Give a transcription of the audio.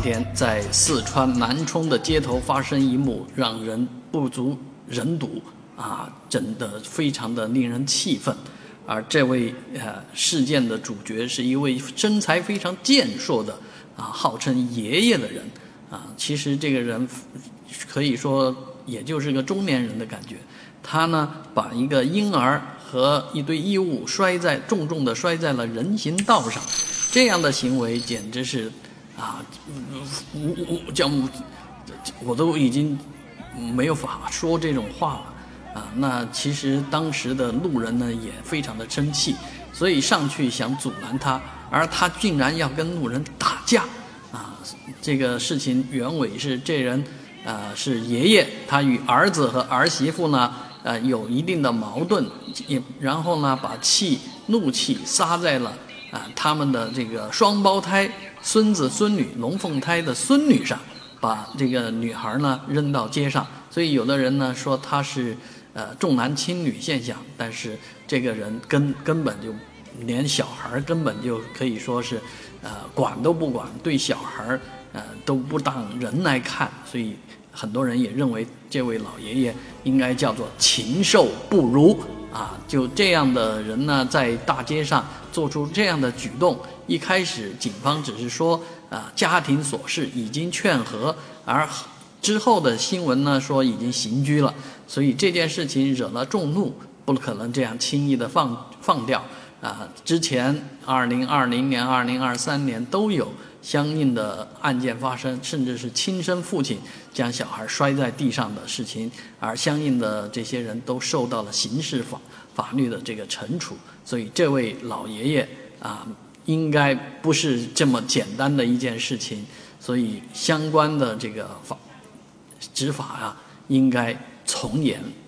天在四川南充的街头发生一幕让人不足人睹真的非常的令人气愤。而这位事件的主角是一位身材非常健硕的号称爷爷的人其实这个人可以说也就是个中年人的感觉。他呢把一个婴儿和一堆衣物重重地摔在了人行道上，这样的行为简直是我都已经没有法说这种话了那其实当时的路人呢也非常的生气，所以上去想阻拦他，而他竟然要跟路人打架这个事情原委是这人是爷爷，他与儿子和儿媳妇呢有一定的矛盾，然后呢把怒气撒在了他们的这个双胞胎孙子孙女龙凤胎的孙女上，把这个女孩呢扔到街上。所以有的人呢说他是重男轻女现象，但是这个人根本就连小孩根本就可以说是管都不管，对小孩都不当人来看，所以很多人也认为这位老爷爷应该叫做禽兽不如就这样的人呢在大街上做出这样的举动，一开始警方只是说家庭琐事已经劝和，而之后的新闻呢说已经刑拘了，所以这件事情惹了众怒，不可能这样轻易的放掉之前2020年2023年都有相应的案件发生，甚至是亲生父亲将小孩摔在地上的事情，而相应的这些人都受到了刑事法律的这个惩处。所以这位老爷爷应该不是这么简单的一件事情，所以相关的这个执法应该从严。